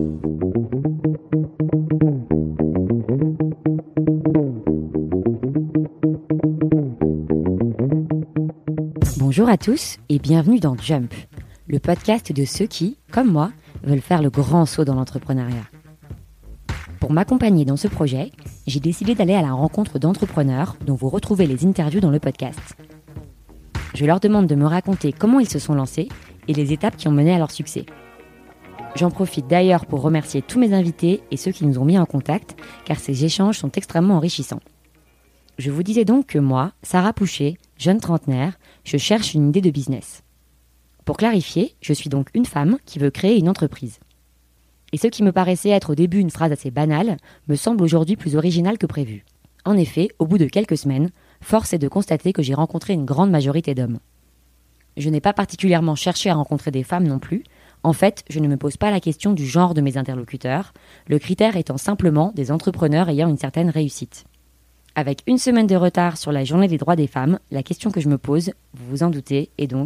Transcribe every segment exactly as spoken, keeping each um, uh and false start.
Bonjour à tous et bienvenue dans Jump, le podcast de ceux qui, comme moi, veulent faire le grand saut dans l'entrepreneuriat. Pour m'accompagner dans ce projet, j'ai décidé d'aller à la rencontre d'entrepreneurs dont vous retrouvez les interviews dans le podcast. Je leur demande de me raconter comment ils se sont lancés et les étapes qui ont mené à leur succès. J'en profite d'ailleurs pour remercier tous mes invités et ceux qui nous ont mis en contact, car ces échanges sont extrêmement enrichissants. Je vous disais donc que moi, Sarah Pouchet, jeune trentenaire, je cherche une idée de business. Pour clarifier, je suis donc une femme qui veut créer une entreprise. Et ce qui me paraissait être au début une phrase assez banale, me semble aujourd'hui plus original que prévu. En effet, au bout de quelques semaines, force est de constater que j'ai rencontré une grande majorité d'hommes. Je n'ai pas particulièrement cherché à rencontrer des femmes non plus. En fait, je ne me pose pas la question du genre de mes interlocuteurs, le critère étant simplement des entrepreneurs ayant une certaine réussite. Avec une semaine de retard sur la journée des droits des femmes, la question que je me pose, vous vous en doutez, est donc...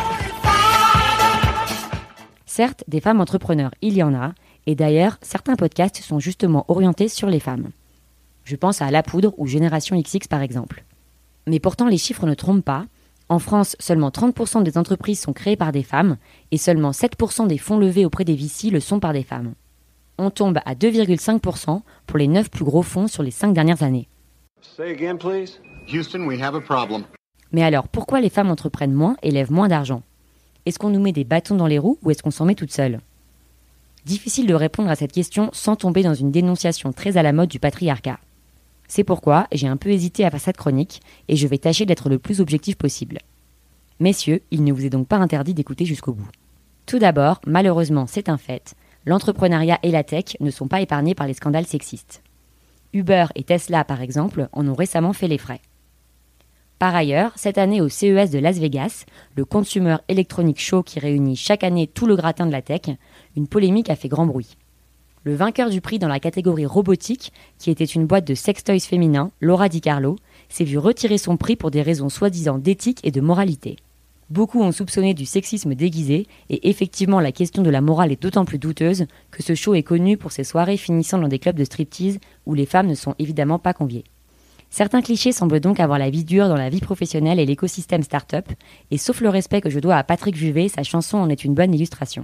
Certes, des femmes entrepreneurs, il y en a, et d'ailleurs, certains podcasts sont justement orientés sur les femmes. Je pense à La Poudre ou Génération X X par exemple. Mais pourtant, les chiffres ne trompent pas. En France, seulement trente pour cent des entreprises sont créées par des femmes, et seulement sept pour cent des fonds levés auprès des V C le sont par des femmes. On tombe à deux virgule cinq pour cent pour les neuf plus gros fonds sur les cinq dernières années. Say again, please. Houston, we have a problem. Mais alors, pourquoi les femmes entreprennent moins et lèvent moins d'argent ? Est-ce qu'on nous met des bâtons dans les roues ou est-ce qu'on s'en met toutes seules ? Difficile de répondre à cette question sans tomber dans une dénonciation très à la mode du patriarcat. C'est pourquoi j'ai un peu hésité à faire cette chronique et je vais tâcher d'être le plus objectif possible. Messieurs, il ne vous est donc pas interdit d'écouter jusqu'au bout. Tout d'abord, malheureusement, c'est un fait, l'entrepreneuriat et la tech ne sont pas épargnés par les scandales sexistes. Uber et Tesla, par exemple, en ont récemment fait les frais. Par ailleurs, cette année au C E S de Las Vegas, le Consumer Electronics Show qui réunit chaque année tout le gratin de la tech, une polémique a fait grand bruit. Le vainqueur du prix dans la catégorie robotique, qui était une boîte de sextoys féminins, Laura Di Carlo, s'est vu retirer son prix pour des raisons soi-disant d'éthique et de moralité. Beaucoup ont soupçonné du sexisme déguisé, et effectivement la question de la morale est d'autant plus douteuse que ce show est connu pour ses soirées finissant dans des clubs de striptease où les femmes ne sont évidemment pas conviées. Certains clichés semblent donc avoir la vie dure dans la vie professionnelle et l'écosystème start-up, et sauf le respect que je dois à Patrick Juvet, sa chanson en est une bonne illustration.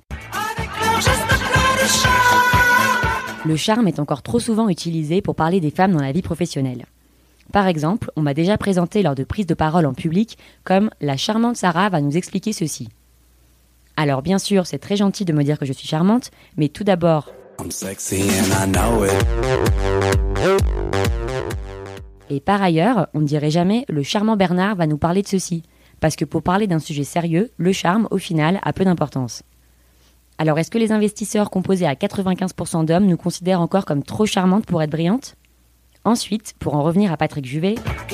Le charme est encore trop souvent utilisé pour parler des femmes dans la vie professionnelle. Par exemple, on m'a déjà présenté lors de prises de parole en public comme « la charmante Sarah va nous expliquer ceci ». Alors bien sûr, c'est très gentil de me dire que je suis charmante, mais tout d'abord... Et par ailleurs, on ne dirait jamais « le charmant Bernard va nous parler de ceci », parce que pour parler d'un sujet sérieux, le charme, au final, a peu d'importance. Alors est-ce que les investisseurs composés à quatre-vingt-quinze pour cent d'hommes nous considèrent encore comme trop charmantes pour être brillantes ? Ensuite, pour en revenir à Patrick Juvet,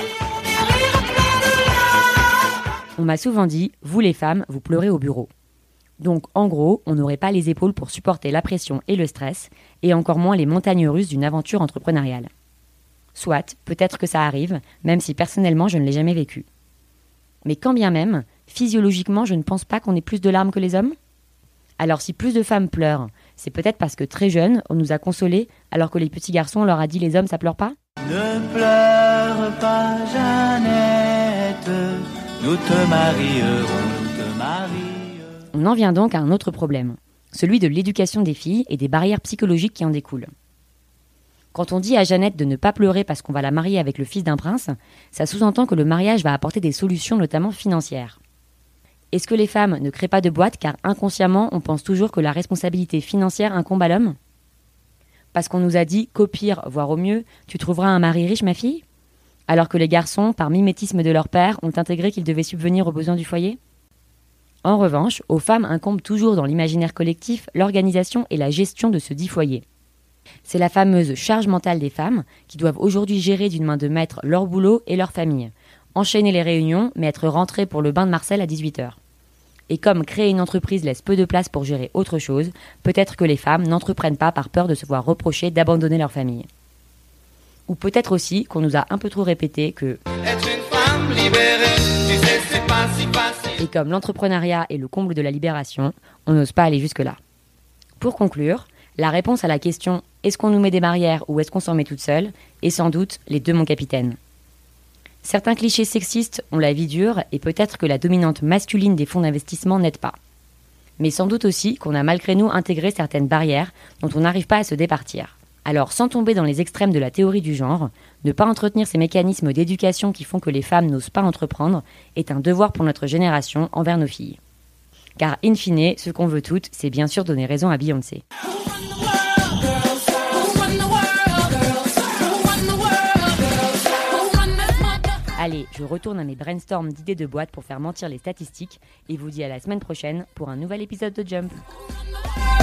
on m'a souvent dit « vous les femmes, vous pleurez au bureau ». Donc en gros, on n'aurait pas les épaules pour supporter la pression et le stress, et encore moins les montagnes russes d'une aventure entrepreneuriale. Soit, peut-être que ça arrive, même si personnellement je ne l'ai jamais vécu. Mais quand bien même, physiologiquement je ne pense pas qu'on ait plus de larmes que les hommes ? Alors si plus de femmes pleurent, c'est peut-être parce que très jeunes, on nous a consolés, alors que les petits garçons, on leur a dit les hommes ça pleure pas ? Ne pleure pas Jeannette, nous te marierons, nous te marierons. On en vient donc à un autre problème, celui de l'éducation des filles et des barrières psychologiques qui en découlent. Quand on dit à Jeannette de ne pas pleurer parce qu'on va la marier avec le fils d'un prince, ça sous-entend que le mariage va apporter des solutions notamment financières. Est-ce que les femmes ne créent pas de boîte car inconsciemment on pense toujours que la responsabilité financière incombe à l'homme ? Parce qu'on nous a dit qu'au pire, voire au mieux, tu trouveras un mari riche ma fille ? Alors que les garçons, par mimétisme de leur père, ont intégré qu'ils devaient subvenir aux besoins du foyer ? En revanche, aux femmes incombe toujours dans l'imaginaire collectif l'organisation et la gestion de ce dit foyer. C'est la fameuse charge mentale des femmes qui doivent aujourd'hui gérer d'une main de maître leur boulot et leur famille, enchaîner les réunions mais être rentrées pour le bain de Marcel à dix-huit heures. Et comme créer une entreprise laisse peu de place pour gérer autre chose, peut-être que les femmes n'entreprennent pas par peur de se voir reprocher d'abandonner leur famille. Ou peut-être aussi qu'on nous a un peu trop répété que être une femme libérée, tu sais, c'est pas si facile. Et comme l'entrepreneuriat est le comble de la libération, on n'ose pas aller jusque-là. Pour conclure, La réponse à la question « Est-ce qu'on nous met des barrières ou est-ce qu'on s'en met toute seule ?» est sans doute les deux, mon capitaine. Certains clichés sexistes ont la vie dure et peut-être que la dominante masculine des fonds d'investissement n'aide pas. Mais sans doute aussi qu'on a malgré nous intégré certaines barrières dont on n'arrive pas à se départir. Alors, sans tomber dans les extrêmes de la théorie du genre, ne pas entretenir ces mécanismes d'éducation qui font que les femmes n'osent pas entreprendre est un devoir pour notre génération envers nos filles. Car, in fine, ce qu'on veut toutes, c'est bien sûr donner raison à Beyoncé. Allez, je retourne à mes brainstorms d'idées de boîte pour faire mentir les statistiques et vous dis à la semaine prochaine pour un nouvel épisode de Jump.